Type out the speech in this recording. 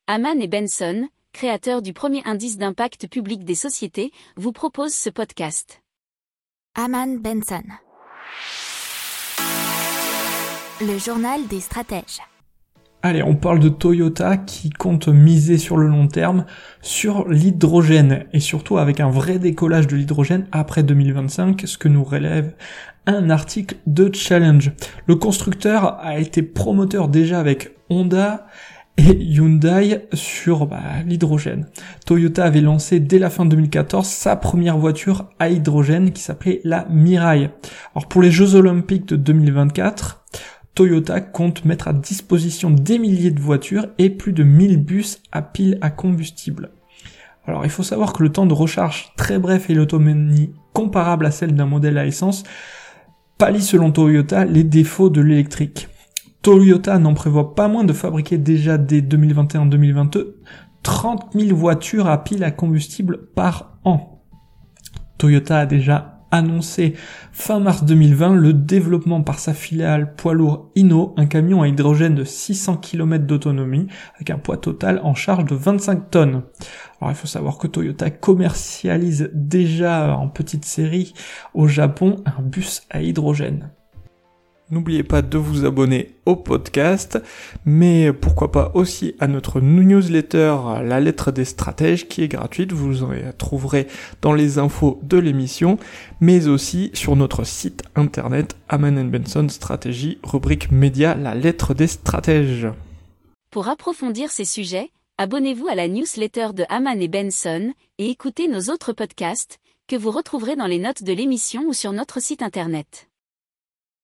Hamann et Benson, créateurs du premier indice d'impact public des sociétés, vous proposent ce podcast. Hamann Benson. Le journal des stratèges. Allez, on parle de Toyota qui compte miser sur le long terme sur l'hydrogène et surtout avec un vrai décollage de l'hydrogène après 2025, ce que nous relève un article de Challenge. Le constructeur a été promoteur déjà avec Honda et Hyundai sur l'hydrogène. Toyota avait lancé dès la fin 2014 sa première voiture à hydrogène qui s'appelait la Mirai. Alors pour les Jeux Olympiques de 2024, Toyota compte mettre à disposition des milliers de voitures et plus de 1000 bus à pile à combustible. Alors il faut savoir que le temps de recharge très bref et l'autonomie comparable à celle d'un modèle à essence pallie selon Toyota les défauts de l'électrique. Toyota n'en prévoit pas moins de fabriquer déjà dès 2021-2022 30 000 voitures à pile à combustible par an. Toyota a déjà annoncé fin mars 2020 le développement par sa filiale poids lourd Hino, un camion à hydrogène de 600 km d'autonomie avec un poids total en charge de 25 tonnes. Alors il faut savoir que Toyota commercialise déjà en petite série au Japon un bus à hydrogène. N'oubliez pas de vous abonner au podcast, mais pourquoi pas aussi à notre newsletter La Lettre des Stratèges qui est gratuite, vous en trouverez dans les infos de l'émission, mais aussi sur notre site internet Hamann & Benson Stratégie, rubrique média La Lettre des Stratèges. Pour approfondir ces sujets, abonnez-vous à la newsletter de Hamann & Benson et écoutez nos autres podcasts que vous retrouverez dans les notes de l'émission ou sur notre site internet.